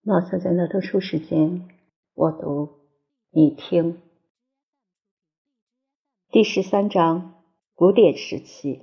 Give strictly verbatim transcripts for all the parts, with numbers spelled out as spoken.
毛小娟的读书时间，我读，你听。第十三章，古典时期。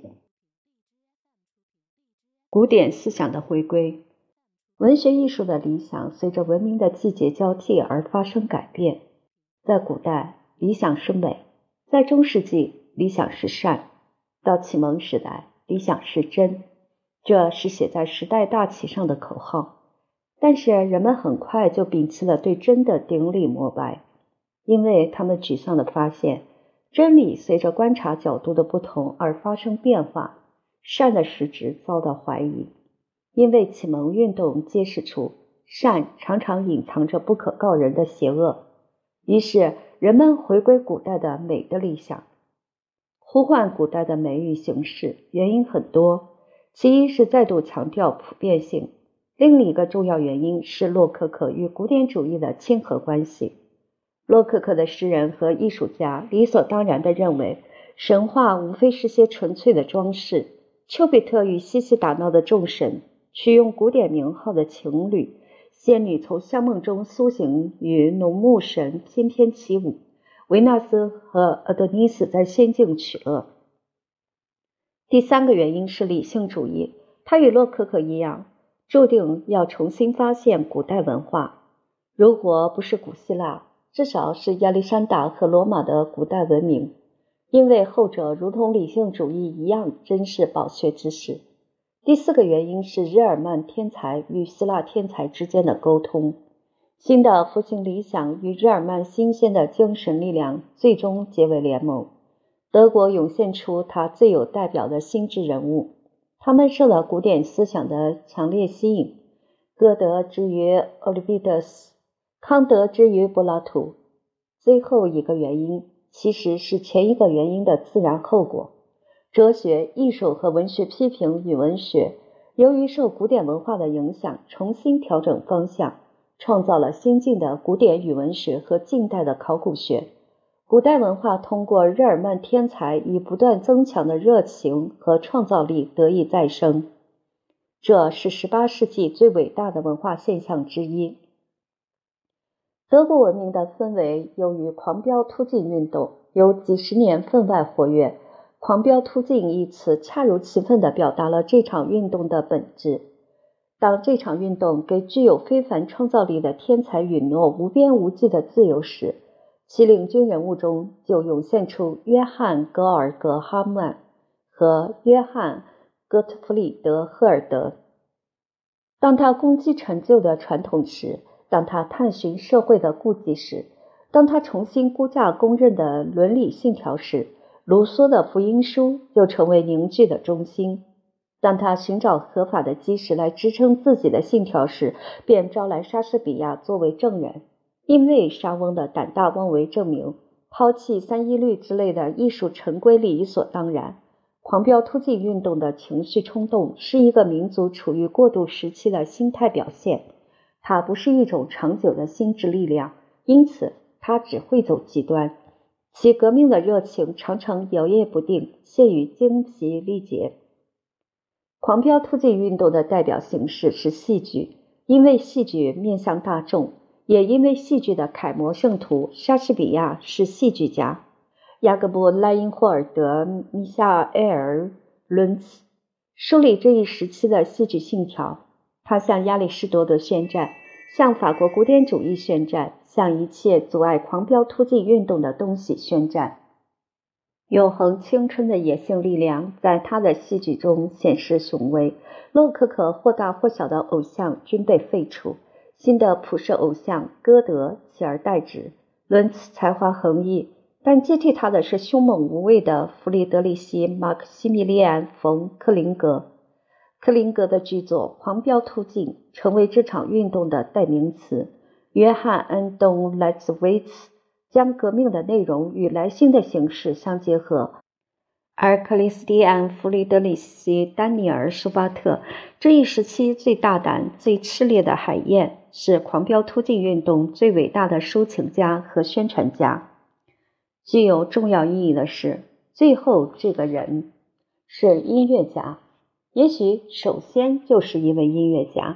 古典思想的回归。文学艺术的理想随着文明的季节交替而发生改变。在古代，理想是美；在中世纪，理想是善；到启蒙时代，理想是真。这是写在时代大旗上的口号。但是人们很快就摒弃了对真的顶礼膜拜，因为他们沮丧地发现，真理随着观察角度的不同而发生变化，善的实质遭到怀疑。因为启蒙运动揭示出善常常隐藏着不可告人的邪恶，于是人们回归古代的美的理想。呼唤古代的美与形式原因很多，其一是再度强调普遍性，另一个重要原因是洛可可与古典主义的亲和关系。洛可可的诗人和艺术家理所当然地认为，神话无非是些纯粹的装饰。丘比特与嬉戏打闹的众神，取用古典名号的情侣，仙女从香梦中苏醒，与农牧神翩翩起舞，维纳斯和阿多尼斯在仙境取乐。第三个原因是理性主义，它与洛可可一样，注定要重新发现古代文化。如果不是古希腊，至少是亚历山大和罗马的古代文明，因为后者如同理性主义一样珍视饱学知识。第四个原因是日耳曼天才与希腊天才之间的沟通。新的复兴理想与日耳曼新鲜的精神力量最终结为联盟。德国涌现出他最有代表的心智人物，他们受了古典思想的强烈吸引，歌德之于欧里庇得斯，康德之于柏拉图。最后一个原因其实是前一个原因的自然后果。哲学、艺术和文学批评与文学由于受古典文化的影响，重新调整方向，创造了新进的古典语文学和近代的考古学。古代文化通过日耳曼天才以不断增强的热情和创造力得以再生，这是十八世纪最伟大的文化现象之一。德国文明的氛围由于狂飙突进运动有几十年分外活跃，狂飙突进一词恰如其分地表达了这场运动的本质。当这场运动给具有非凡创造力的天才允诺无边无际的自由时，其领军人物中就涌现出约翰·格尔格哈曼和约翰·戈特弗里德·赫尔德。当他攻击陈旧的传统时，当他探寻社会的痼疾时，当他重新估价公认的伦理信条时，卢梭的福音书就成为凝聚的中心。当他寻找合法的基石来支撑自己的信条时，便招来莎士比亚作为证人。因为莎翁的胆大妄为证明抛弃三一律之类的艺术陈规理所当然。狂飙突进运动的情绪冲动是一个民族处于过渡时期的心态表现，它不是一种长久的心智力量，因此它只会走极端。其革命的热情常常摇曳不定，陷于精疲力竭。狂飙突进运动的代表形式是戏剧，因为戏剧面向大众，也因为戏剧的楷模圣徒莎士比亚是戏剧家。雅各布·莱因霍尔德·米夏埃尔·伦茨树立这一时期的戏剧信条，他向亚里士多德宣战，向法国古典主义宣战，向一切阻碍狂飙突进运动的东西宣战。永恒青春的野性力量在他的戏剧中显示雄威。洛可可或大或小的偶像均被废除，新的普世偶像歌德取而代之。伦茨才华横溢，但接替他的是凶猛无畏的弗里德里希·马克西米利安·冯·克林格。克林格的剧作《狂飙突进》成为这场运动的代名词。约翰·安东·莱茨维茨将革命的内容与来信的形式相结合，而克里斯蒂安·弗里德里希·丹尼尔·舒巴特这一时期最大胆、最炽烈的海燕，是狂飙突进运动最伟大的抒情家和宣传家。具有重要意义的是，最后这个人是音乐家，也许首先就是一位音乐家。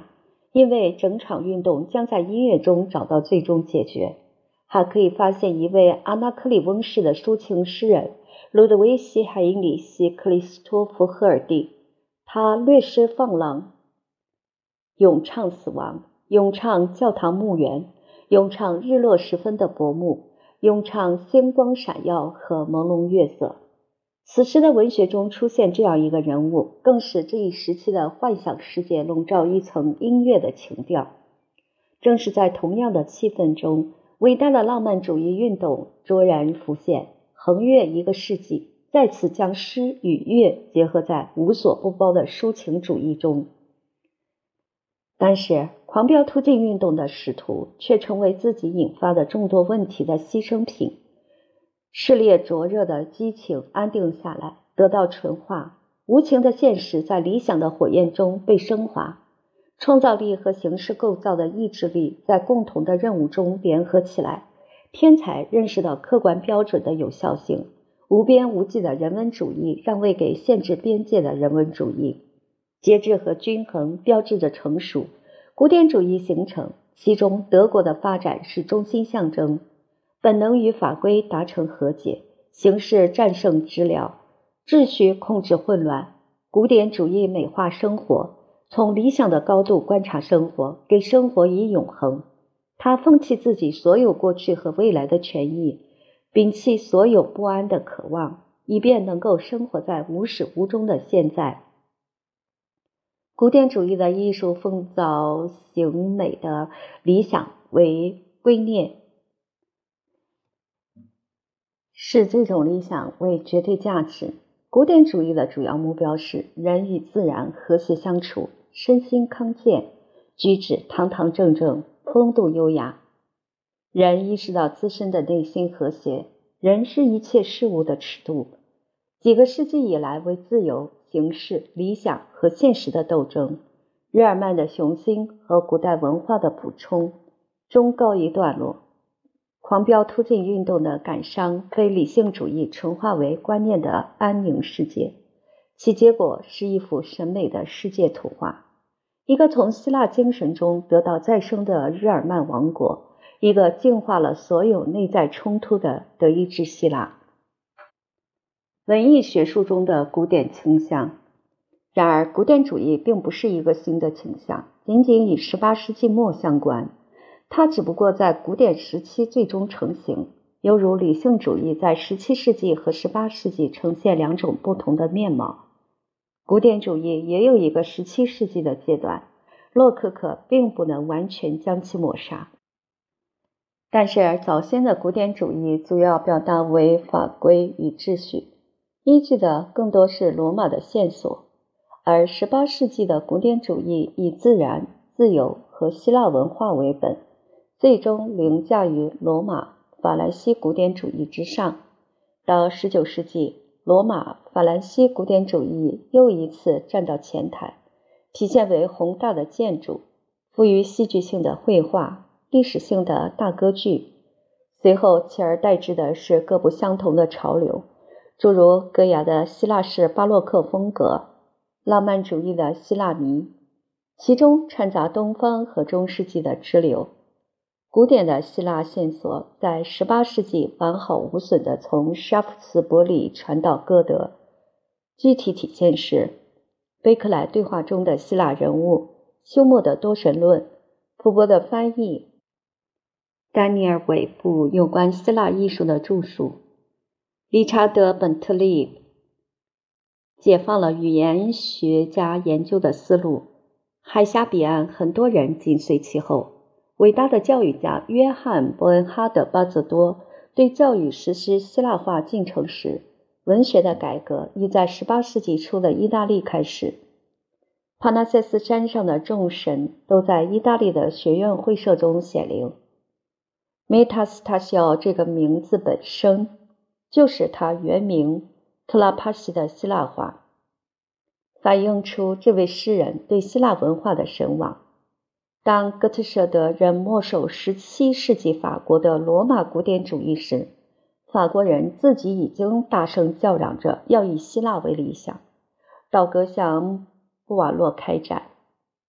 因为整场运动将在音乐中找到最终解决。还可以发现一位阿纳克里翁式的抒情诗人路德维希·海因里希·克里斯托弗·赫尔蒂，他略施放浪，咏唱死亡，咏唱教堂墓园，咏唱日落时分的薄暮，咏唱星光闪耀和朦胧月色。此时的文学中出现这样一个人物，更使这一时期的幻想世界笼罩一层音乐的情调。正是在同样的气氛中，伟大的浪漫主义运动卓然浮现，横越一个世纪，再次将诗与乐结合在无所不包的抒情主义中。但是狂飙突进运动的使徒却成为自己引发的众多问题的牺牲品。炽烈灼热的激情安定下来，得到纯化，无情的现实在理想的火焰中被升华，创造力和形式构造的意志力在共同的任务中联合起来，天才认识到客观标准的有效性，无边无际的人文主义让位给限制边界的人文主义，节制和均衡标志着成熟，古典主义形成，其中德国的发展是中心象征，本能与法规达成和解，形式战胜治疗，秩序控制混乱。古典主义美化生活，从理想的高度观察生活，给生活以永恒。他放弃自己所有过去和未来的权益，摒弃所有不安的渴望，以便能够生活在无始无终的现在。古典主义的艺术奉造形美的理想为圭臬，视这种理想为绝对价值。古典主义的主要目标是人与自然和谐相处，身心康健，举止堂堂正正，风度优雅。人意识到自身的内心和谐，人是一切事物的尺度。几个世纪以来为自由、形式、理想和现实的斗争，日耳曼的雄心和古代文化的补充终告一段落。狂飙突进运动的感伤非理性主义纯化为观念的安宁世界，其结果是一幅审美的世界图画，一个从希腊精神中得到再生的日耳曼王国，一个净化了所有内在冲突的德意志希腊。文艺学术中的古典倾向。然而古典主义并不是一个新的倾向，仅仅与十八世纪末相关，它只不过在古典时期最终成型，犹如理性主义在十七世纪和十八世纪呈现两种不同的面貌。古典主义也有一个十七世纪的阶段，洛可可并不能完全将其抹杀。但是早先的古典主义主要表达为法规与秩序，依据的更多是罗马的线索，而十八世纪的古典主义以自然、自由和希腊文化为本，最终凌驾于罗马、法兰西古典主义之上。到十九世纪，罗马、法兰西古典主义又一次站到前台，体现为宏大的建筑，富于戏剧性的绘画，历史性的大歌剧。随后取而代之的是各不相同的潮流，诸如戈雅的希腊式巴洛克风格、浪漫主义的希腊迷，其中掺杂东方和中世纪的支流。古典的希腊线索在十八世纪完好无损地从沙夫斯伯里传到歌德，具体体现是贝克莱对话中的希腊人物、休谟的多神论、普伯的翻译、丹尼尔·韦布有关希腊艺术的著述、理查德·本特利解放了语言学家研究的思路，海峡彼岸很多人紧随其后。伟大的教育家约翰·伯恩哈德·巴泽多对教育实施希腊化进程时，文学的改革已在十八世纪初的意大利开始。帕纳塞斯山上的众神都在意大利的学院会社中显灵。梅塔斯塔西奥这个名字本身就是他原名特拉帕西的希腊化，反映出这位诗人对希腊文化的神往。当哥特舍德人没收十七世纪法国的罗马古典主义时，法国人自己已经大声叫嚷着要以希腊为理想，道格向布瓦洛开战。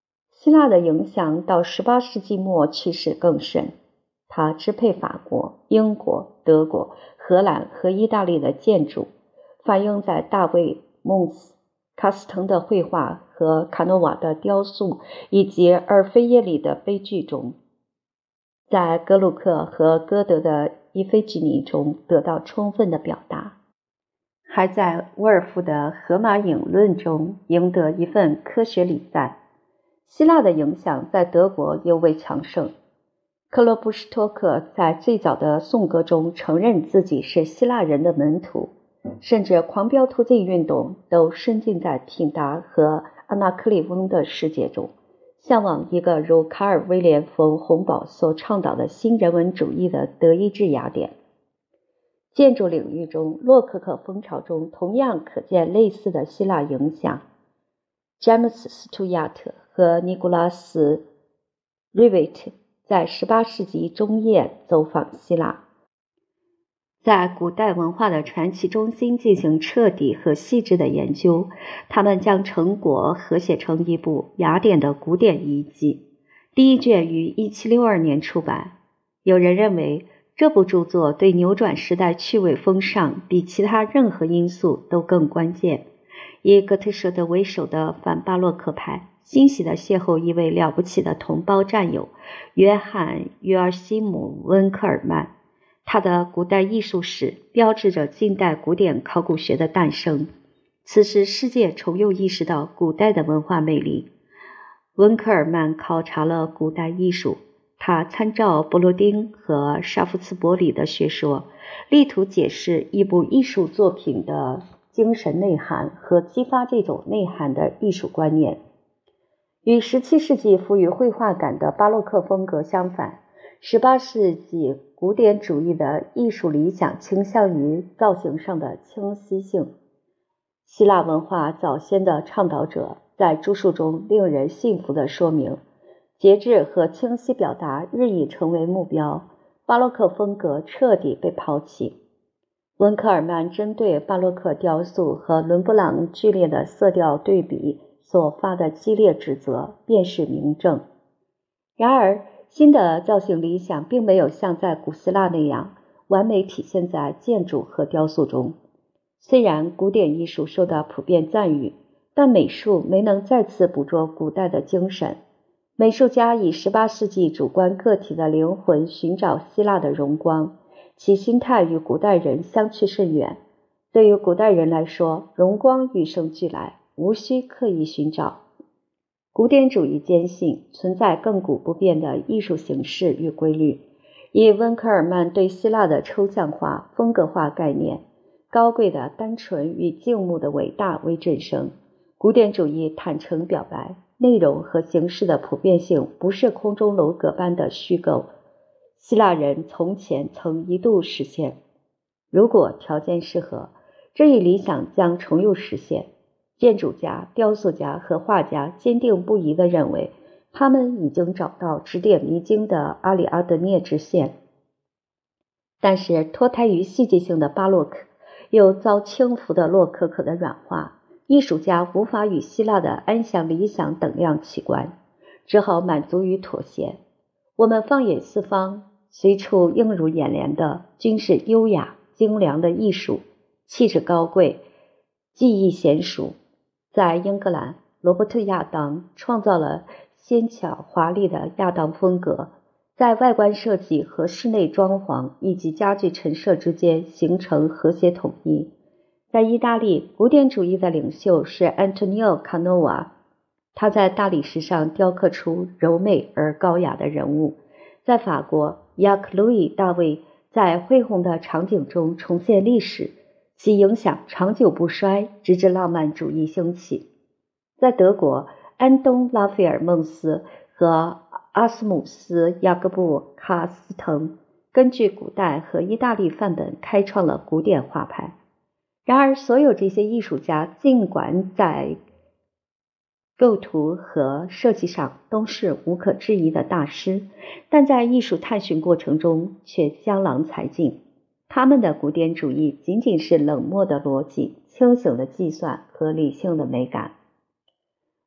希腊的影响到十八世纪末趋势更甚，它支配法国、英国、德国、荷兰和意大利的建筑，反映在大卫·孟斯、卡斯滕的绘画和卡诺瓦的雕塑以及尔菲耶里的悲剧中，在格鲁克和歌德的伊菲吉尼中得到充分的表达，还在沃尔夫的荷马影论中赢得一份科学礼赞。希腊的影响在德国尤为强盛，克洛布什托克在最早的颂歌中承认自己是希腊人的门徒，甚至狂飙突进运动都深浸在品达和安纳克利翁的世界中，向往一个如卡尔威廉·冯·洪堡所倡导的新人文主义的德意志雅典。建筑领域中，洛可可风潮中同样可见类似的希腊影响。詹姆斯·斯图亚特和尼古拉斯·瑞维特在十八世纪中叶走访希腊，在古代文化的传奇中心进行彻底和细致的研究，他们将成果合写成一部雅典的古典遗迹，第一卷于一七六二年出版。有人认为这部著作对扭转时代趣味风尚比其他任何因素都更关键。以哥特社德为首的反巴洛克派欣喜地邂逅一位了不起的同胞战友约翰·约尔西姆·温克尔曼，他的古代艺术史标志着近代古典考古学的诞生。此时世界重又意识到古代的文化魅力。温克尔曼考察了古代艺术，他参照伯罗丁和沙夫茨伯里的学说，力图解释一部艺术作品的精神内涵和激发这种内涵的艺术观念。与十七世纪赋予绘画感的巴洛克风格相反，十八世纪古典主义的艺术理想倾向于造型上的清晰性。希腊文化早先的倡导者在著述中令人信服地说明，节制和清晰表达日益成为目标，巴洛克风格彻底被抛弃。温克尔曼针对巴洛克雕塑和伦勃朗剧烈的色调对比所发的激烈指责便是明证。然而，新的造型理想并没有像在古希腊那样完美体现在建筑和雕塑中。虽然古典艺术受到普遍赞誉，但美术没能再次捕捉古代的精神。美术家以十八世纪主观个体的灵魂寻找希腊的荣光，其心态与古代人相去甚远。对于古代人来说，荣光与生俱来，无需刻意寻找。古典主义坚信存在亘古不变的艺术形式与规律，以温克尔曼对希腊的抽象化、风格化概念、高贵的单纯与静穆的伟大为振声。古典主义坦诚表白，内容和形式的普遍性不是空中楼阁般的虚构，希腊人从前曾一度实现。如果条件适合，这一理想将重又实现。建筑家、雕塑家和画家坚定不移地认为，他们已经找到指点迷津的阿里阿德涅支线。但是脱胎于戏剧性的巴洛克又遭轻浮的洛可可的软化，艺术家无法与希腊的安详理想等量齐观，只好满足于妥协。我们放眼四方，随处映入眼帘的均是优雅精良的艺术，气质高贵，技艺娴熟。在英格兰，罗伯特·亚当创造了纤巧华丽的亚当风格，在外观设计和室内装潢以及家具陈设之间形成和谐统一。在意大利，古典主义的领袖是安东尼奥·卡诺瓦，他在大理石上雕刻出柔美而高雅的人物。在法国，雅克·路易·大卫在恢宏的场景中重现历史，其影响长久不衰，直至浪漫主义兴起。在德国，安东·拉斐尔·孟斯和阿斯姆斯·雅各布·卡斯滕根据古代和意大利范本开创了古典画派。然而，所有这些艺术家尽管在构图和设计上都是无可置疑的大师，但在艺术探寻过程中却江郎才尽。他们的古典主义仅仅是冷漠的逻辑、清醒的计算和理性的美感。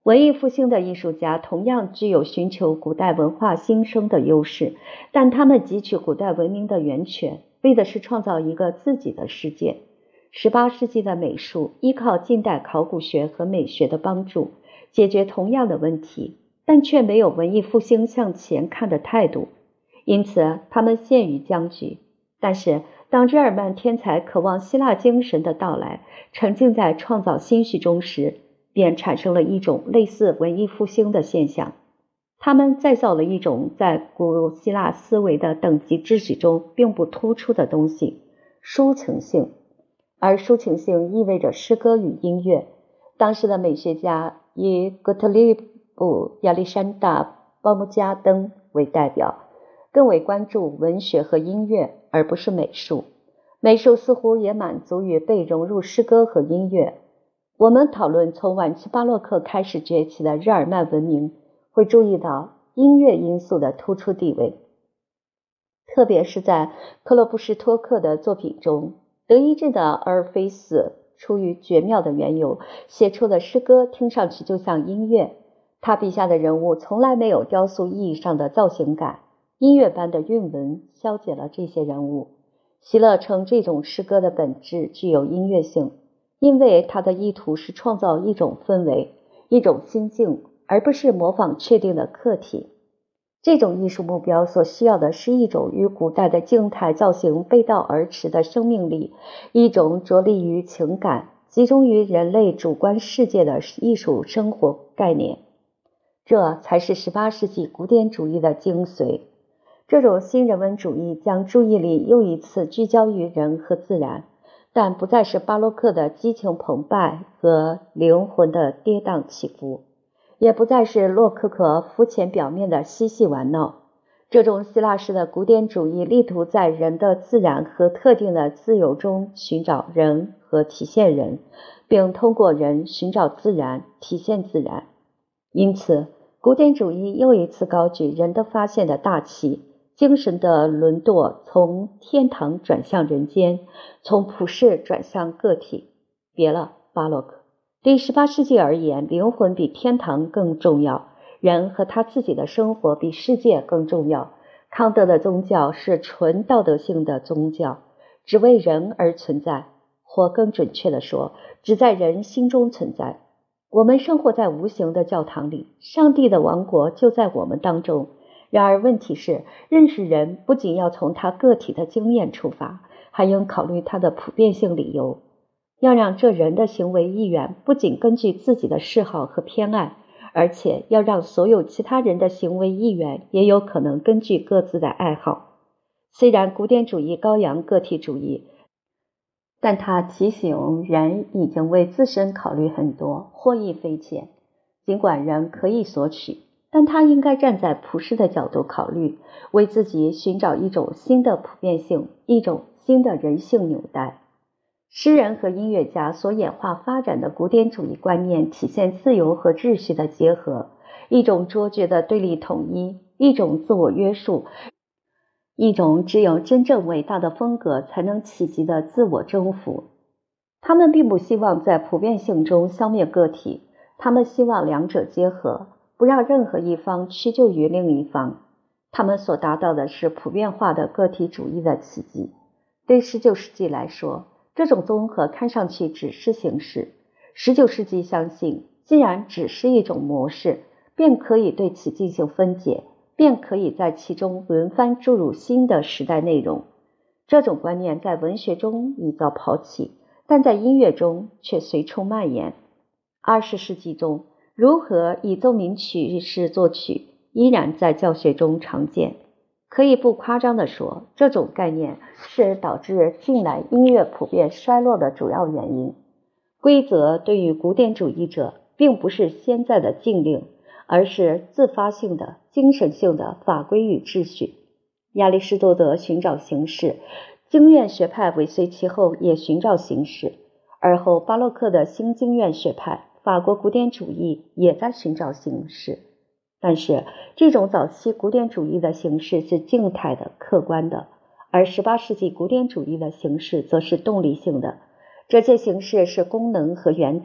文艺复兴的艺术家同样具有寻求古代文化兴生的优势，但他们汲取古代文明的源泉，为的是创造一个自己的世界。十八世纪的美术依靠近代考古学和美学的帮助，解决同样的问题，但却没有文艺复兴向前看的态度，因此他们陷于僵局。但是当日耳曼天才渴望希腊精神的到来，沉浸在创造新绪中时，便产生了一种类似文艺复兴的现象。他们再造了一种在古希腊思维的等级秩序中并不突出的东西——抒情性。而抒情性意味着诗歌与音乐。当时的美学家以格特利布、亚历山大·鲍姆加登为代表，更为关注文学和音乐，而不是美术。美术似乎也满足于被融入诗歌和音乐。我们讨论从晚期巴洛克开始崛起的日耳曼文明，会注意到音乐因素的突出地位。特别是在克洛布什托克的作品中，德意志的阿尔菲斯出于绝妙的缘由，写出的诗歌听上去就像音乐。他笔下的人物从来没有雕塑意义上的造型感，音乐般的韵文消解了这些人物。希勒称这种诗歌的本质具有音乐性，因为他的意图是创造一种氛围，一种心境，而不是模仿确定的客体。这种艺术目标所需要的是一种与古代的静态造型背道而驰的生命力，一种着力于情感、集中于人类主观世界的艺术生活概念。这才是十八世纪古典主义的精髓。这种新人文主义将注意力又一次聚焦于人和自然，但不再是巴洛克的激情澎湃和灵魂的跌宕起伏，也不再是洛可可肤浅表面的嬉戏玩闹。这种希腊式的古典主义力图在人的自然和特定的自由中寻找人和体现人，并通过人寻找自然，体现自然。因此，古典主义又一次高举人的发现的大旗，精神的轮舵从天堂转向人间，从普世转向个体。别了，巴洛克。对十八世纪而言，灵魂比天堂更重要，人和他自己的生活比世界更重要。康德的宗教是纯道德性的宗教，只为人而存在，或更准确地说，只在人心中存在。我们生活在无形的教堂里，上帝的王国就在我们当中。然而问题是，认识人不仅要从他个体的经验出发，还应考虑他的普遍性理由。要让这人的行为意愿不仅根据自己的嗜好和偏爱，而且要让所有其他人的行为意愿也有可能根据各自的爱好。虽然古典主义高扬个体主义，但他提醒人已经为自身考虑很多，获益匪浅。尽管人可以索取，但他应该站在普世的角度考虑，为自己寻找一种新的普遍性，一种新的人性纽带。诗人和音乐家所演化发展的古典主义观念体现自由和秩序的结合，一种卓绝的对立统一，一种自我约束，一种只有真正伟大的风格才能企及的自我征服。他们并不希望在普遍性中消灭个体，他们希望两者结合，不让任何一方屈就于另一方。他们所达到的是普遍化的个体主义的奇迹。对十九世纪来说，这种综合看上去只是形式。十九世纪相信，既然只是一种模式，便可以对其进行分解，便可以在其中轮番注入新的时代内容。这种观念在文学中已遭抛弃，但在音乐中却随处蔓延。二十世纪中，如何以奏鸣曲式作曲，依然在教学中常见。可以不夸张地说，这种概念是导致近来音乐普遍衰落的主要原因。规则对于古典主义者并不是现在的禁令，而是自发性的、精神性的法规与秩序。亚里士多德寻找形式，经院学派尾随其后也寻找形式，而后巴洛克的新经院学派、法国古典主义也在寻找形式。但是这种早期古典主义的形式是静态的、客观的，而十八世纪古典主义的形式则是动力性的。这些形式是功能和原则，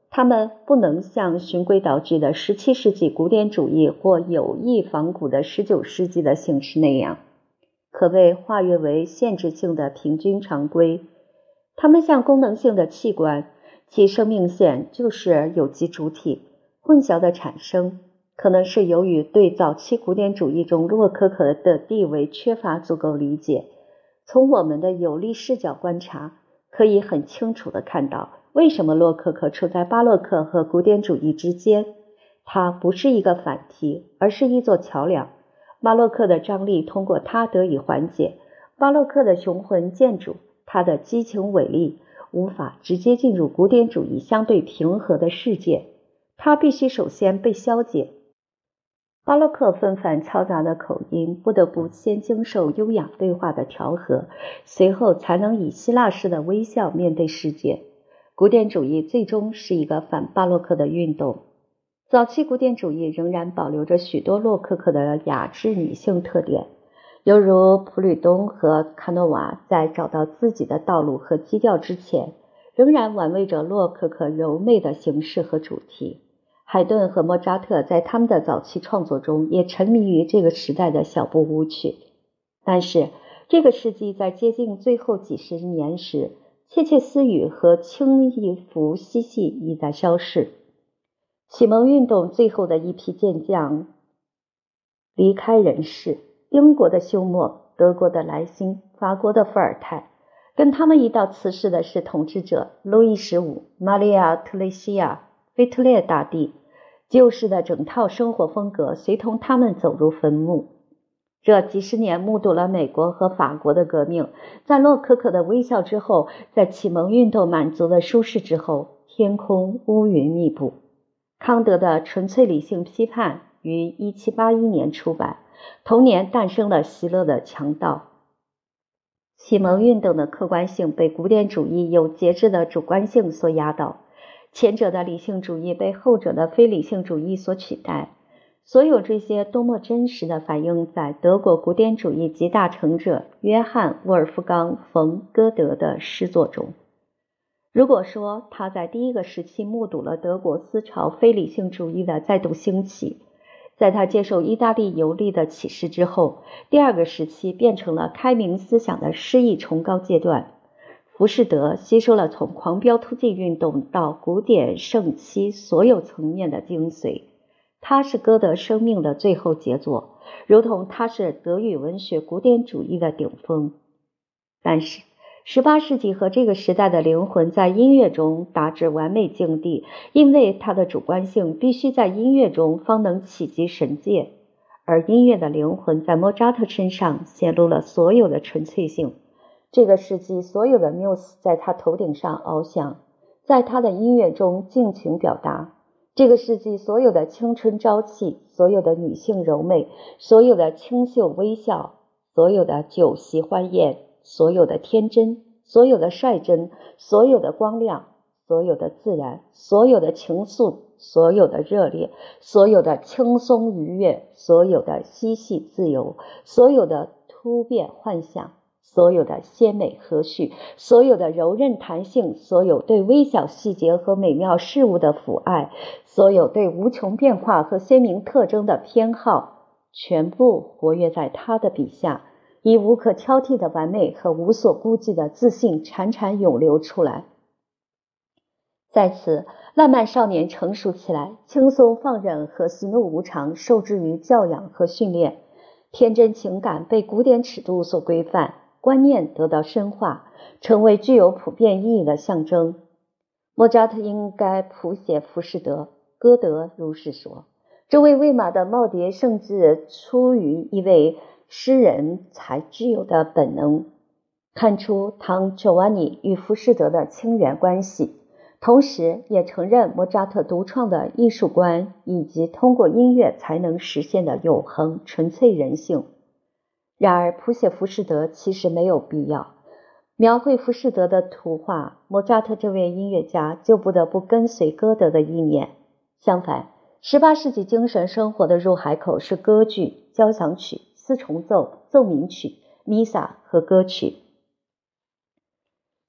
他们不能像循规蹈矩的十七世纪古典主义或有意仿古的十九世纪的形式那样，可谓化约为限制性的平均常规。它们像功能性的器官，其生命线就是有机主体。混淆的产生可能是由于对早期古典主义中洛可可的地位缺乏足够理解。从我们的有利视角观察，可以很清楚地看到为什么洛可可处在巴洛克和古典主义之间。它不是一个反题，而是一座桥梁。巴洛克的张力通过它得以缓解，巴洛克的雄浑建筑，它的激情伟力无法直接进入古典主义相对平和的世界，它必须首先被消解。巴洛克纷繁嘈杂的口音不得不先经受优雅对话的调和，随后才能以希腊式的微笑面对世界。古典主义最终是一个反巴洛克的运动。早期古典主义仍然保留着许多洛可可的雅致女性特点，犹如普吕东和卡诺瓦在找到自己的道路和基调之前，仍然玩味着洛可可柔媚的形式和主题。海顿和莫扎特在他们的早期创作中也沉迷于这个时代的小步舞曲，但是这个世纪在接近最后几十年时，窃窃私语和轻易服嬉戏已在消逝。启蒙运动最后的一批健将离开人世，英国的休谟，德国的莱辛，法国的伏尔泰，跟他们一道辞世的是统治者路易十五、玛利亚·特蕾西亚、腓特烈大帝。旧式的整套生活风格随同他们走入坟墓。这几十年目睹了美国和法国的革命，在洛可可的微笑之后，在启蒙运动满足的舒适之后，天空乌云密布。康德的《纯粹理性批判》于一七八一年出版，同年诞生了希勒的《强盗》。启蒙运动的客观性被古典主义有节制的主观性所压倒，前者的理性主义被后者的非理性主义所取代。所有这些多么真实地反映在德国古典主义集大成者约翰·沃尔夫冈·冯·歌德的诗作中。如果说他在第一个时期目睹了德国思潮非理性主义的再度兴起，在他接受意大利游历的启示之后，第二个时期变成了开明思想的诗意崇高阶段。浮士德吸收了从狂飙突进运动到古典盛期所有层面的精髓，它是歌德生命的最后杰作，如同它是德语文学古典主义的顶峰。但是十八世纪和这个时代的灵魂在音乐中达至完美境地，因为它的主观性必须在音乐中方能企及神界，而音乐的灵魂在莫扎特身上显露了所有的纯粹性。这个世纪所有的缪斯在他头顶上翱翔，在他的音乐中尽情表达。这个世纪所有的青春朝气，所有的女性柔美，所有的清秀微笑，所有的酒席欢宴，所有的天真，所有的率真，所有的光亮，所有的自然，所有的情愫，所有的热烈，所有的轻松愉悦，所有的嬉戏自由，所有的突变幻想，所有的鲜美和煦，所有的柔韧弹性，所有对微小细节和美妙事物的抚爱，所有对无穷变化和鲜明特征的偏好，全部活跃在他的笔下，以无可挑剔的完美和无所顾忌的自信潺潺涌流出来。在此，浪漫少年成熟起来，轻松放任和喜怒无常受制于教养和训练，天真情感被古典尺度所规范，观念得到深化，成为具有普遍意义的象征。莫扎特应该谱写浮士德，歌德如是说。这位魏玛的耄耋甚至出于一位诗人才具有的本能，看出唐乔瓦尼与浮士德的亲缘关系，同时也承认莫扎特独创的艺术观以及通过音乐才能实现的永恒纯粹人性。然而谱写浮士德其实没有必要，描绘浮士德的图画，莫扎特这位音乐家就不得不跟随歌德的意念。相反，十八世纪精神生活的入海口是歌剧、交响曲、四重奏、奏鸣曲、弥撒和歌曲。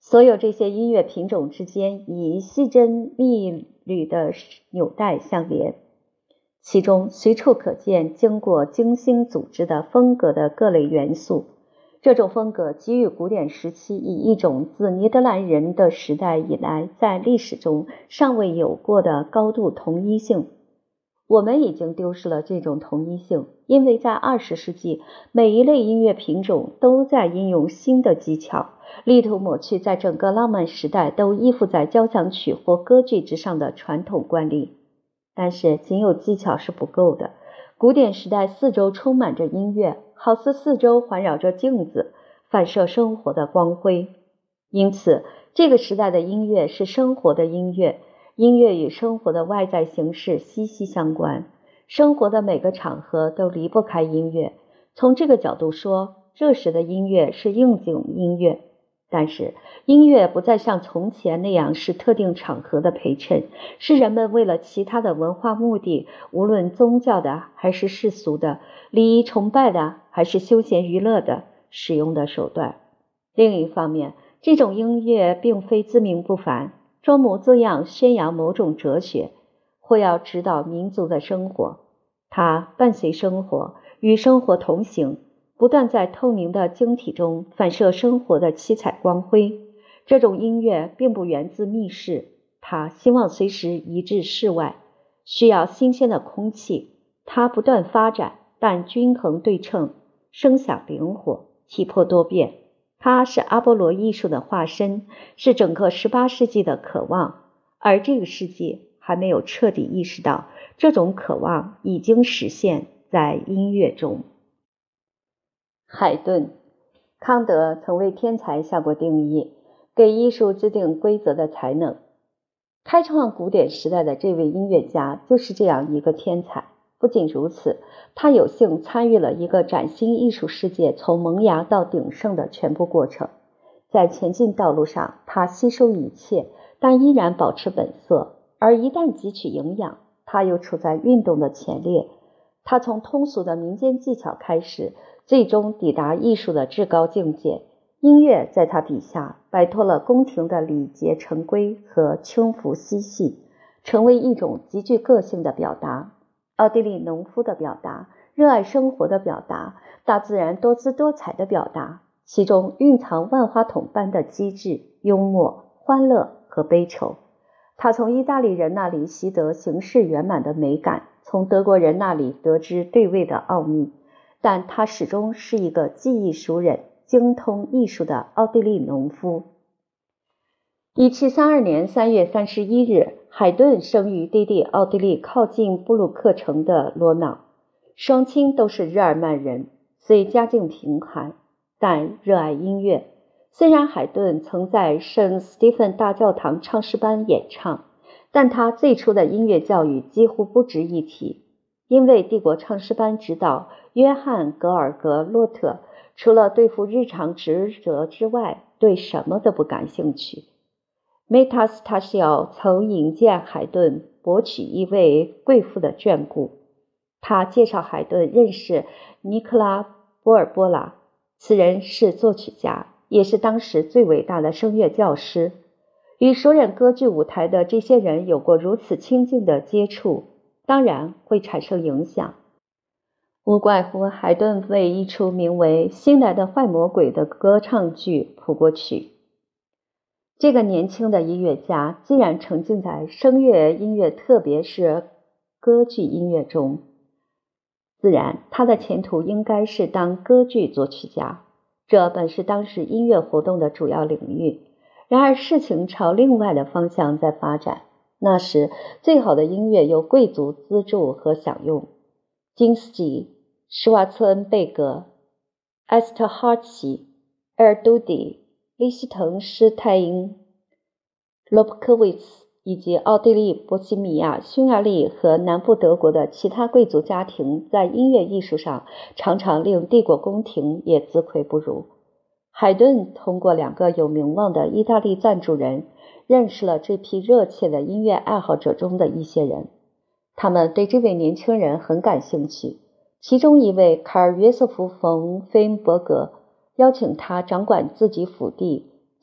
所有这些音乐品种之间以细针密缕的纽带相连，其中随处可见经过精心组织的风格的各类元素。这种风格给予古典时期以一种自尼德兰人的时代以来在历史中尚未有过的高度统一性。我们已经丢失了这种统一性，因为在二十世纪，每一类音乐品种都在应用新的技巧，力图抹去在整个浪漫时代都依附在交响曲或歌剧之上的传统惯例。但是仅有技巧是不够的，古典时代四周充满着音乐，好似四周环绕着镜子，反射生活的光辉。因此，这个时代的音乐是生活的音乐，音乐与生活的外在形式息息相关，生活的每个场合都离不开音乐。从这个角度说，这时的音乐是应景音乐。但是音乐不再像从前那样是特定场合的陪衬，是人们为了其他的文化目的，无论宗教的还是世俗的，礼仪崇拜的还是休闲娱乐的使用的手段。另一方面，这种音乐并非自命不凡，装模作样宣扬某种哲学，或要指导民族的生活。它伴随生活，与生活同行，不断在透明的晶体中反射生活的七彩光辉。这种音乐并不源自密室，它希望随时移至室外，需要新鲜的空气。它不断发展，但均衡对称，声响灵活，体魄多变。它是阿波罗艺术的化身，是整个十八世纪的渴望，而这个世纪还没有彻底意识到这种渴望已经实现在音乐中。海顿，康德曾为天才下过定义，给艺术制定规则的才能。开创古典时代的这位音乐家就是这样一个天才。不仅如此，他有幸参与了一个崭新艺术世界从萌芽到鼎盛的全部过程。在前进道路上，他吸收一切，但依然保持本色，而一旦汲取营养，他又处在运动的前列。他从通俗的民间技巧开始，最终抵达艺术的至高境界。音乐在他笔下摆脱了宫廷的礼节成规和轻浮嬉戏，成为一种极具个性的表达，奥地利农夫的表达，热爱生活的表达，大自然多姿多彩的表达，其中蕴藏万花筒般的机智、幽默、欢乐和悲愁。他从意大利人那里习得形式圆满的美感，从德国人那里得知对位的奥秘，但他始终是一个技艺熟稔、精通艺术的奥地利农夫。一七三二年三月三十一日，海顿生于低地奥地利靠近布鲁克城的罗瑙，双亲都是日耳曼人，虽家境贫寒，但热爱音乐。虽然海顿曾在圣斯蒂芬大教堂唱诗班演唱，但他最初的音乐教育几乎不值一提，因为帝国唱诗班指导约翰·格尔格洛特除了对付日常职责之外，对什么都不感兴趣。梅塔斯塔西奥曾引荐海顿，博取一位贵妇的眷顾。他介绍海顿认识尼克拉·波尔波拉，此人是作曲家，也是当时最伟大的声乐教师。与熟稔歌剧舞台的这些人有过如此亲近的接触，当然会产生影响。无怪乎海顿为一出名为《新来的坏魔鬼》的歌唱剧谱过曲。这个年轻的音乐家既然沉浸在声乐音乐，特别是歌剧音乐中，自然他的前途应该是当歌剧作曲家，这本是当时音乐活动的主要领域。然而事情朝另外的方向在发展，那时最好的音乐由贵族资助和享用。金斯基、施瓦茨恩贝格、埃斯特哈奇、埃尔杜迪、利希滕施泰因、罗布科维茨以及奥地利、波西米亚、匈牙利和南部德国的其他贵族家庭在音乐艺术上常常令帝国宫廷也自愧不如。海顿通过两个有名望的意大利赞助人认识了这批热切的音乐爱好者中的一些人，他们对这位年轻人很感兴趣。其中一位卡尔约瑟夫·冯·菲恩伯格邀请他掌管自己府地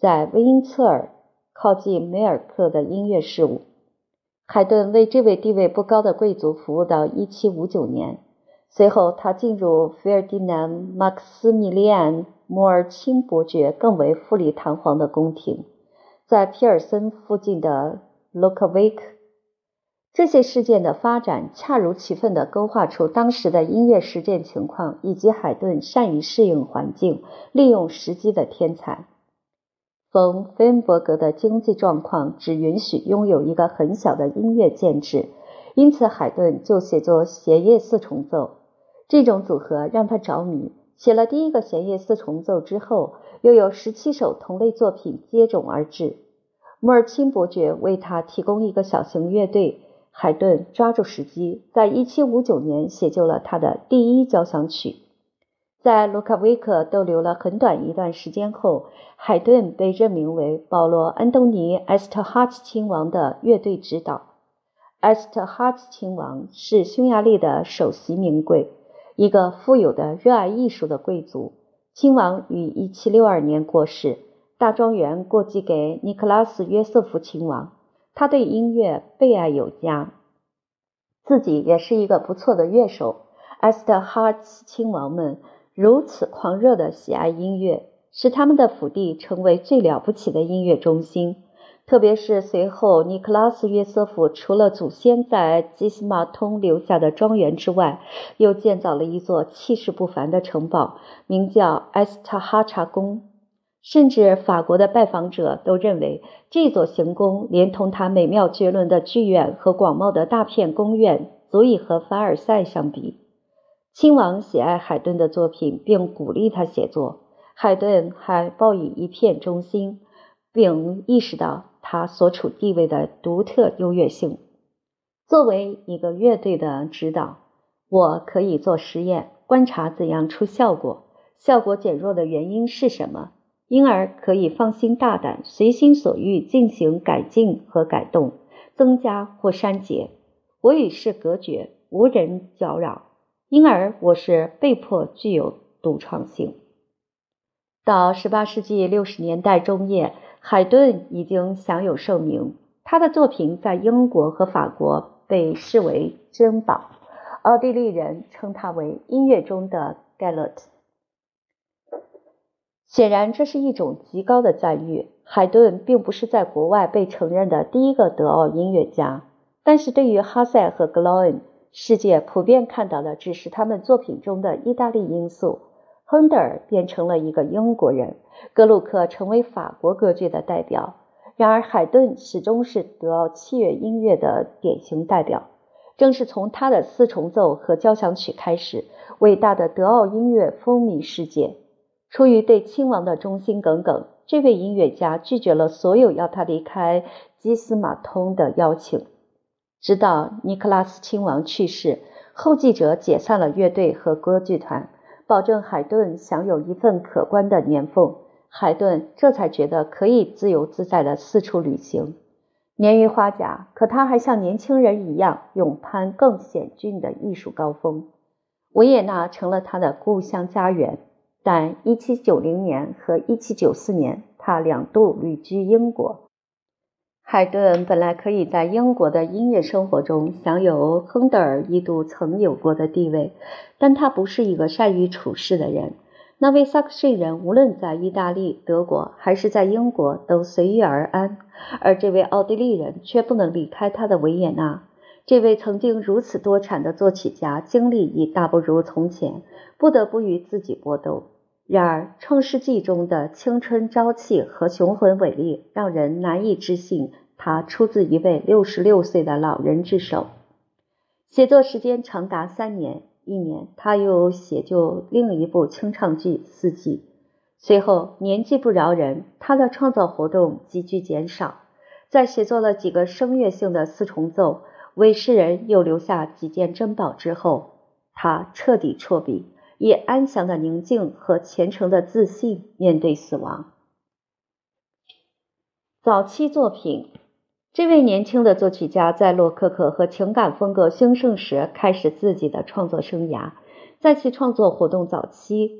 在威因茨尔靠近梅尔克的音乐事务。海顿为这位地位不高的贵族服务到一七五九年，随后他进入费尔迪南·马克斯米利安·摩尔钦伯爵更为富丽堂皇的宫廷，在皮尔森附近的洛克威克。这些事件的发展恰如其分地勾画出当时的音乐实践情况以及海顿善于适应环境、利用时机的天才。冯·菲恩伯格的经济状况只允许拥有一个很小的音乐建制，因此海顿就写作弦乐四重奏。这种组合让他着迷，写了第一个弦乐四重奏之后，又有十七首同类作品接踵而至。摩尔钦伯爵为他提供一个小型乐队，海顿抓住时机，在一七五九年写就了他的第一交响曲。在卢卡维克逗留了很短一段时间后，海顿被任命为保罗·安东尼·埃斯特哈奇亲王的乐队指导。埃斯特哈奇亲王是匈牙利的首席名贵，一个富有的、热爱艺术的贵族。亲王于一七六二年过世，大庄园过继给尼克拉斯·约瑟夫亲王。他对音乐备爱有加，自己也是一个不错的乐手。埃斯特哈奇亲王们如此狂热地喜爱音乐，使他们的府邸成为最了不起的音乐中心。特别是随后尼克拉斯·约瑟夫除了祖先在基斯马通留下的庄园之外，又建造了一座气势不凡的城堡，名叫埃斯特哈查宫。甚至法国的拜访者都认为，这座行宫连同它美妙绝伦的剧院和广袤的大片宫苑，足以和凡尔赛相比。亲王喜爱海顿的作品，并鼓励他写作。海顿还报以一片忠心，并意识到他所处地位的独特优越性。作为一个乐队的指导，我可以做实验，观察怎样出效果，效果减弱的原因是什么，因而可以放心大胆，随心所欲进行改进和改动，增加或删减。我与世隔绝，无人搅扰，因而我是被迫具有独创性。到十八世纪六十年代中叶，海顿已经享有盛名，他的作品在英国和法国被视为珍宝，奥地利人称他为音乐中的盖勒特。显然这是一种极高的赞誉。海顿并不是在国外被承认的第一个德奥音乐家，但是对于哈塞和格劳恩，世界普遍看到的只是他们作品中的意大利因素。亨德尔变成了一个英国人，格鲁克成为法国歌剧的代表，然而海顿始终是德奥器乐音乐的典型代表。正是从他的四重奏和交响曲开始，伟大的德奥音乐风靡世界。出于对亲王的忠心耿耿，这位音乐家拒绝了所有要他离开基斯马通的邀请。直到尼克拉斯亲王去世，后继者解散了乐队和歌剧团，保证海顿享有一份可观的年俸。海顿这才觉得可以自由自在地四处旅行。年逾花甲，可他还像年轻人一样勇攀更险峻的艺术高峰。维也纳成了他的故乡家园，但一七九零年和一七九四年他两度旅居英国。海顿本来可以在英国的音乐生活中享有亨德尔一度曾有过的地位，但他不是一个善于处事的人。那位萨克逊人无论在意大利、德国还是在英国都随遇而安，而这位奥地利人却不能离开他的维也纳。这位曾经如此多产的作曲家精力已大不如从前，不得不与自己搏斗。然而创世纪中的青春朝气和雄浑伟力让人难以置信他出自一位六十六岁的老人之手。写作时间长达三年，一年他又写就另一部清唱剧《四季》。随后年纪不饶人，他的创造活动急剧减少。在写作了几个声乐性的四重奏，为世人又留下几件珍宝之后，他彻底辍笔，以安详的宁静和虔诚的自信面对死亡。早期作品，这位年轻的作曲家在洛可可和情感风格兴盛时开始自己的创作生涯。在其创作活动早期，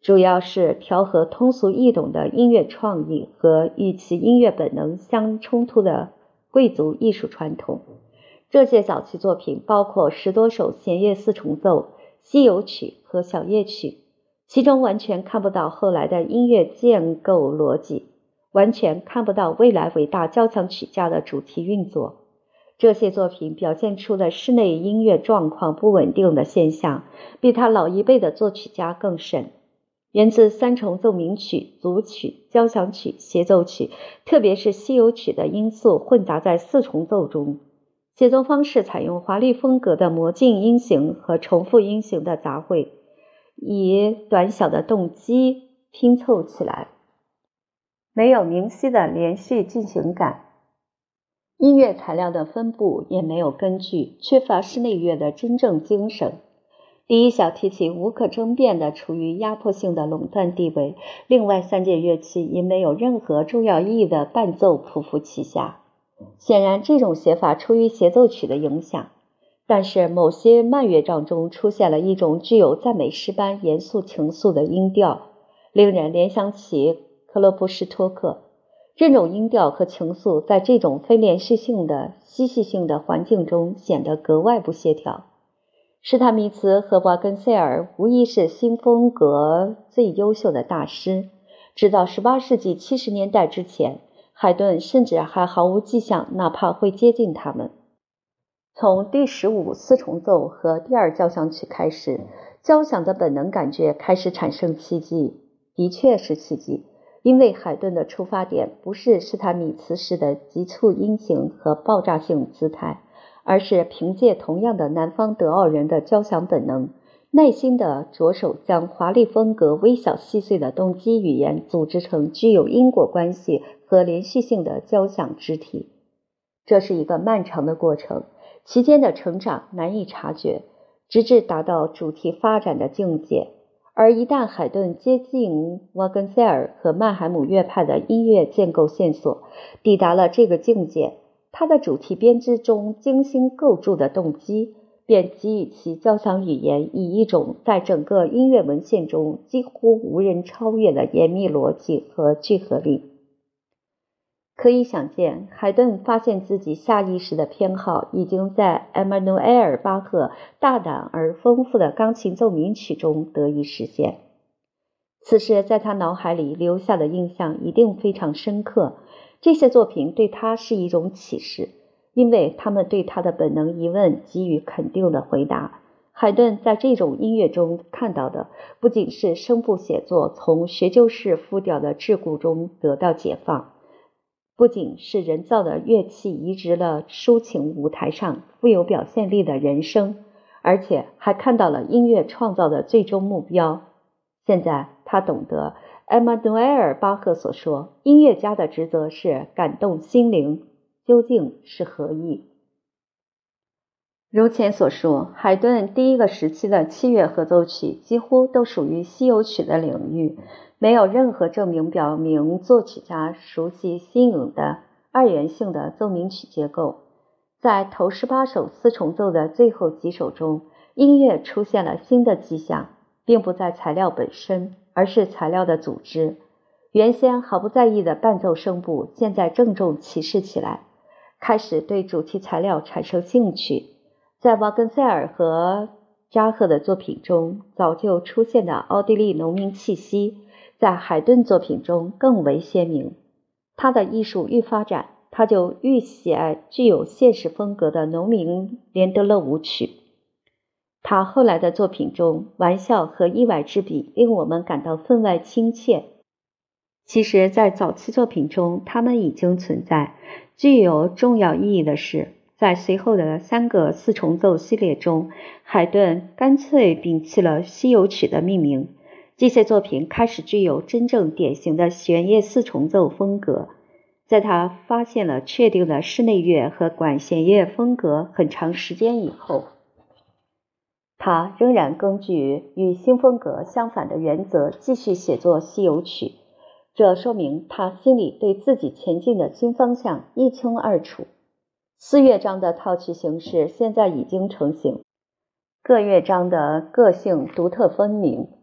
主要是调和通俗易懂的音乐创意和与其音乐本能相冲突的贵族艺术传统。这些早期作品包括十多首弦乐四重奏、西游曲和小夜曲，其中完全看不到后来的音乐建构逻辑，完全看不到未来伟大交响曲家的主题运作。这些作品表现出了室内音乐状况不稳定的现象，比他老一辈的作曲家更甚。源自三重奏鸣曲、组曲、交响曲、协奏曲，特别是西游曲的因素混杂在四重奏中。写作方式采用华丽风格的魔镜音型和重复音型的杂烩，以短小的动机拼凑起来，没有明晰的连续进行感。音乐材料的分布也没有根据，缺乏室内乐的真正精神。第一小提琴无可争辩地处于压迫性的垄断地位，另外三件乐器因没有任何重要意义的伴奏匍匐其下。显然这种写法出于协奏曲的影响，但是某些慢乐章中出现了一种具有赞美诗般严肃情愫的音调，令人联想起克洛普什托克。这种音调和情愫在这种非连续性的嬉戏性的环境中显得格外不协调。施塔米茨和瓦根塞尔无疑是新风格最优秀的大师，直到十八世纪七十年代之前，海顿甚至还毫无迹象哪怕会接近他们。从第十五四重奏和第二交响曲开始，交响的本能感觉开始产生奇迹，的确是奇迹，因为海顿的出发点不是施塔米茨式的急促音型和爆炸性姿态，而是凭借同样的南方德奥人的交响本能，耐心地着手将华丽风格微小细碎的动机语言组织成具有因果关系和连续性的交响肢体。这是一个漫长的过程，其间的成长难以察觉，直至达到主题发展的境界。而一旦海顿接近瓦根塞尔和曼海姆乐派的音乐建构线索，抵达了这个境界，他的主题编织中精心构筑的动机便给予其交响语言以一种在整个音乐文献中几乎无人超越的严密逻辑和聚合力。可以想见，海顿发现自己下意识的偏好已经在埃马努埃尔·巴赫大胆而丰富的钢琴奏鸣曲中得以实现。此时在他脑海里留下的印象一定非常深刻，这些作品对他是一种启示，因为他们对他的本能疑问给予肯定的回答。海顿在这种音乐中看到的不仅是声部写作从学究式复调的桎梏中得到解放，不仅是人造的乐器移植了抒情舞台上富有表现力的人声，而且还看到了音乐创造的最终目标。现在他懂得埃马努埃尔·巴赫所说，音乐家的职责是感动心灵，究竟是何意？如前所说，海顿第一个时期的器乐合奏曲几乎都属于西游曲的领域，没有任何证明表明作曲家熟悉新颖的二元性的奏鸣曲结构。在头十八首四重奏的最后几首中，音乐出现了新的迹象，并不在材料本身，而是材料的组织。原先毫不在意的伴奏声部现在郑重其事起来，开始对主题材料产生兴趣。在瓦根塞尔和扎赫的作品中早就出现的奥地利农民气息，在海顿作品中更为鲜明。他的艺术愈发展，他就愈喜爱具有现实风格的农民连德勒舞曲。他后来的作品中，玩笑和意外之笔令我们感到分外亲切。其实在早期作品中它们已经存在。具有重要意义的是，在随后的三个四重奏系列中，海顿干脆摒弃了西游曲的命名，这些作品开始具有真正典型的弦乐四重奏风格。在他发现了确定的室内乐和管弦乐风格很长时间以后，他仍然根据与新风格相反的原则继续写作西游曲，这说明他心里对自己前进的新方向一清二楚。四乐章的套曲形式现在已经成型，各乐章的个性独特分明，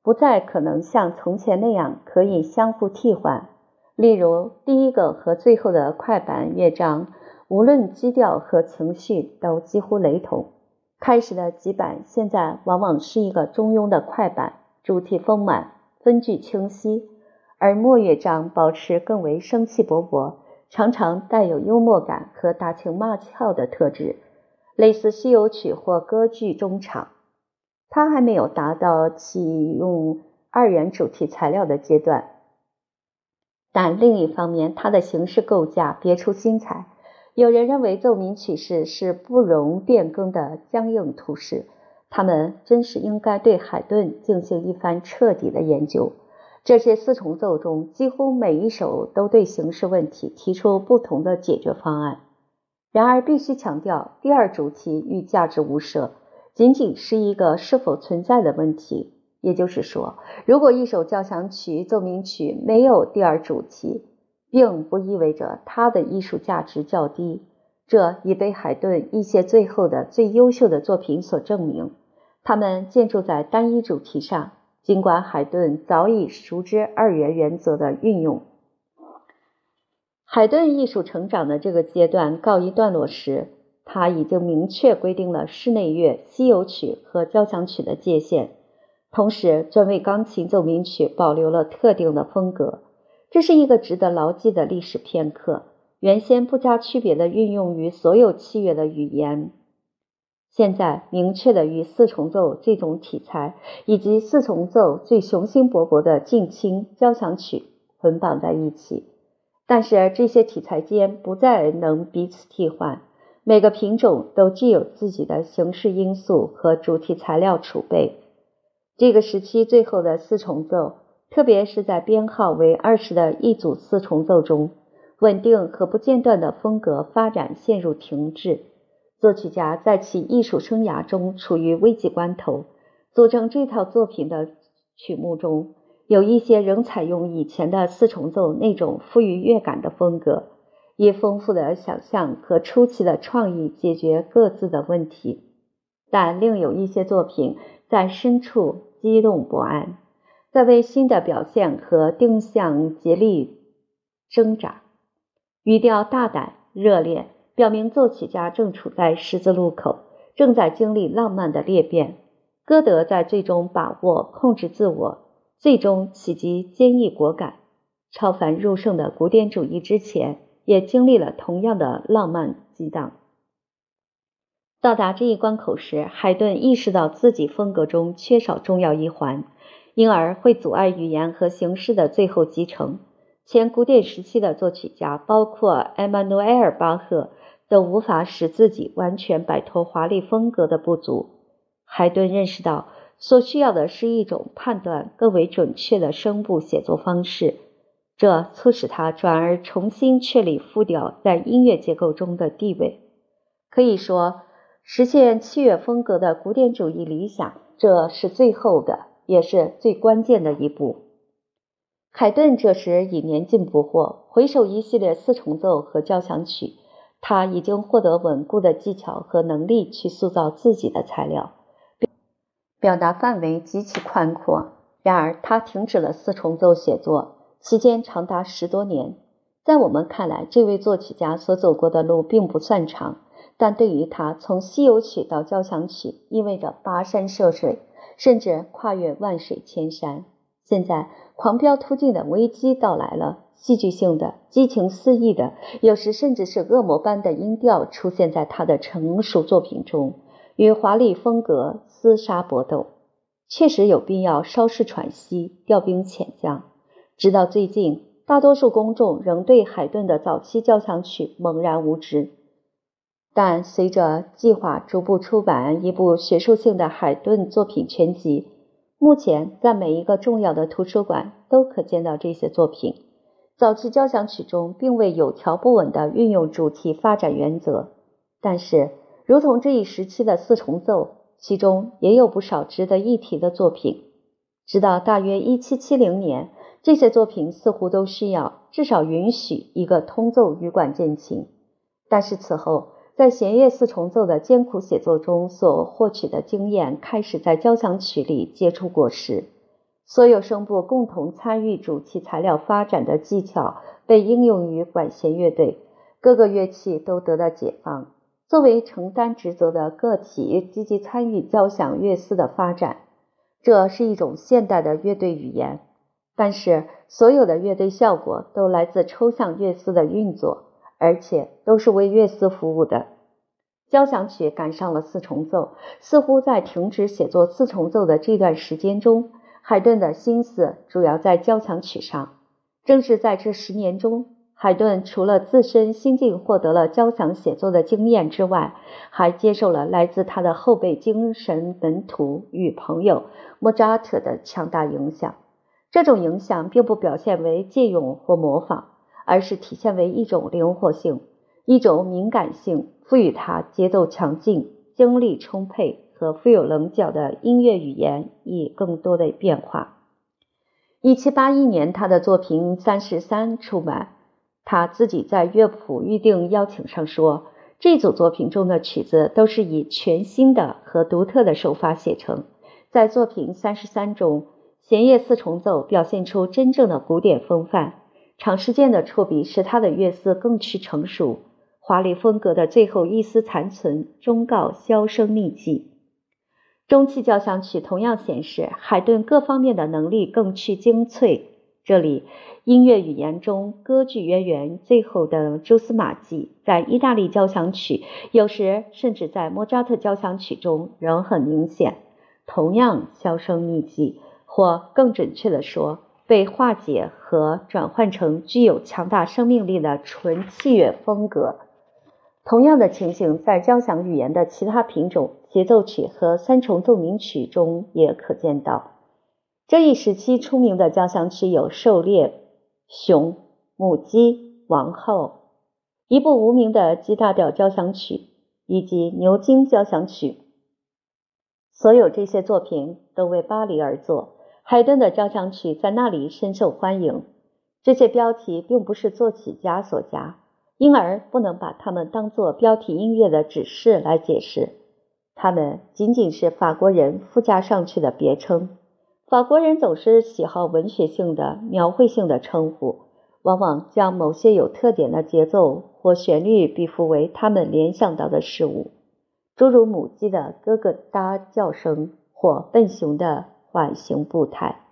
不再可能像从前那样可以相互替换。例如，第一个和最后的快板乐章，无论基调和情绪都几乎雷同。开始的几板现在往往是一个中庸的快板，主题丰满，分句清晰，而末乐章保持更为生气勃勃，常常带有幽默感和打情骂俏的特质，类似西游曲或歌剧中场。它还没有达到启用二元主题材料的阶段，但另一方面，它的形式构架别出心裁。有人认为奏鸣曲式是不容变更的僵硬图式，他们真是应该对海顿进行一番彻底的研究。这些四重奏中，几乎每一首都对形式问题提出不同的解决方案。然而必须强调，第二主题与价值无涉，仅仅是一个是否存在的问题。也就是说，如果一首交响曲、奏鸣曲没有第二主题，并不意味着它的艺术价值较低，这已被海顿一些最后的最优秀的作品所证明。它们建筑在单一主题上，尽管海顿早已熟知二元原则的运用。海顿艺术成长的这个阶段告一段落时，他已经明确规定了室内乐、西游曲和交响曲的界限，同时专为钢琴奏鸣曲保留了特定的风格。这是一个值得牢记的历史片刻，原先不加区别地运用于所有器乐的语言，现在明确地与四重奏这种题材以及四重奏最雄心勃勃的近亲交响曲捆绑在一起。但是这些题材间不再能彼此替换，每个品种都具有自己的形式因素和主题材料储备。这个时期最后的四重奏，特别是在编号为二十的一组四重奏中，稳定和不间断的风格发展陷入停滞。作曲家在其艺术生涯中处于危急关头，组成这套作品的曲目中，有一些仍采用以前的四重奏那种富于乐感的风格，以丰富的想象和出奇的创意解决各自的问题。但另有一些作品在深处激动不安，在为新的表现和定向竭力挣扎。语调大胆热烈，表明作曲家正处在十字路口，正在经历浪漫的裂变。歌德在最终把握控制自我，最终企及坚毅果敢。超凡入圣的古典主义之前也经历了同样的浪漫激荡。到达这一关口时，海顿意识到自己风格中缺少重要一环，因而会阻碍语言和形式的最后集成。前古典时期的作曲家，包括埃曼努埃尔·巴赫，都无法使自己完全摆脱华丽风格的不足。海顿认识到，所需要的是一种判断更为准确的声部写作方式，这促使他转而重新确立复调在音乐结构中的地位。可以说，实现器乐风格的古典主义理想，这是最后的，也是最关键的一步。海顿这时已年近不惑，回首一系列四重奏和交响曲，他已经获得稳固的技巧和能力去塑造自己的材料，表达范围极其宽阔。然而他停止了四重奏写作，期间长达十多年。在我们看来，这位作曲家所走过的路并不算长，但对于他，从西游曲到交响曲意味着跋山涉水，甚至跨越万水千山。现在狂飙突进的危机到来了，戏剧性的、激情四溢的，有时甚至是恶魔般的音调出现在他的成熟作品中，与华丽风格厮杀搏斗。确实有必要稍事喘息，调兵遣将。直到最近，大多数公众仍对海顿的早期交响曲茫然无知。但随着计划逐步出版一部学术性的海顿作品全集，目前在每一个重要的图书馆都可见到这些作品。早期交响曲中并未有条不紊地运用主题发展原则，但是如同这一时期的四重奏，其中也有不少值得一提的作品。直到大约一七七零年，这些作品似乎都需要至少允许一个通奏羽管键琴，但是此后在弦乐四重奏的艰苦写作中所获取的经验开始在交响曲里结出果实。 所有声部共同参与主器材料发展的技巧被应用于管弦乐队，各个乐器都得到解放。作为承担职责的个体积极参与交响乐思的发展，这是一种现代的乐队语言。但是所有的乐队效果都来自抽象乐思的运作，而且都是为乐思服务的。交响曲赶上了四重奏，似乎在停止写作四重奏的这段时间中，海顿的心思主要在交响曲上。正是在这十年中，海顿除了自身新近获得了交响写作的经验之外，还接受了来自他的后辈精神门徒与朋友莫扎特的强大影响。这种影响并不表现为借用或模仿，而是体现为一种灵活性，一种敏感性，赋予他节奏强劲、精力充沛和富有棱角的音乐语言以更多的变化。一七八一年，他的作品三十三出版，他自己在乐谱预定邀请上说，这组作品中的曲子都是以全新的和独特的手法写成。在作品三十三中，弦乐四重奏表现出真正的古典风范，长时间的辍笔使他的乐思更趋成熟，华丽风格的最后一丝残存终告销声匿迹。中期交响曲同样显示海顿各方面的能力更趋精粹，这里音乐语言中歌剧渊源最后的蛛丝马迹，在意大利交响曲，有时甚至在莫扎特交响曲中仍很明显，同样销声匿迹，或更准确地说，被化解和转换成具有强大生命力的纯器乐风格。同样的情形在交响语言的其他品种协奏曲和三重奏鸣曲中也可见到。这一时期出名的交响曲有狩猎、熊、母鸡、王后，一部无名的 G 大调交响曲，以及牛津交响曲。所有这些作品都为巴黎而作，海顿的交响曲在那里深受欢迎。这些标题并不是作曲家所加，因而不能把它们当作标题音乐的指示来解释，它们仅仅是法国人附加上去的别称。法国人总是喜好文学性的、描绘性的称呼，往往将某些有特点的节奏或旋律比附为他们联想到的事物，诸如母鸡的咯咯哒叫声或笨熊的缓行步态。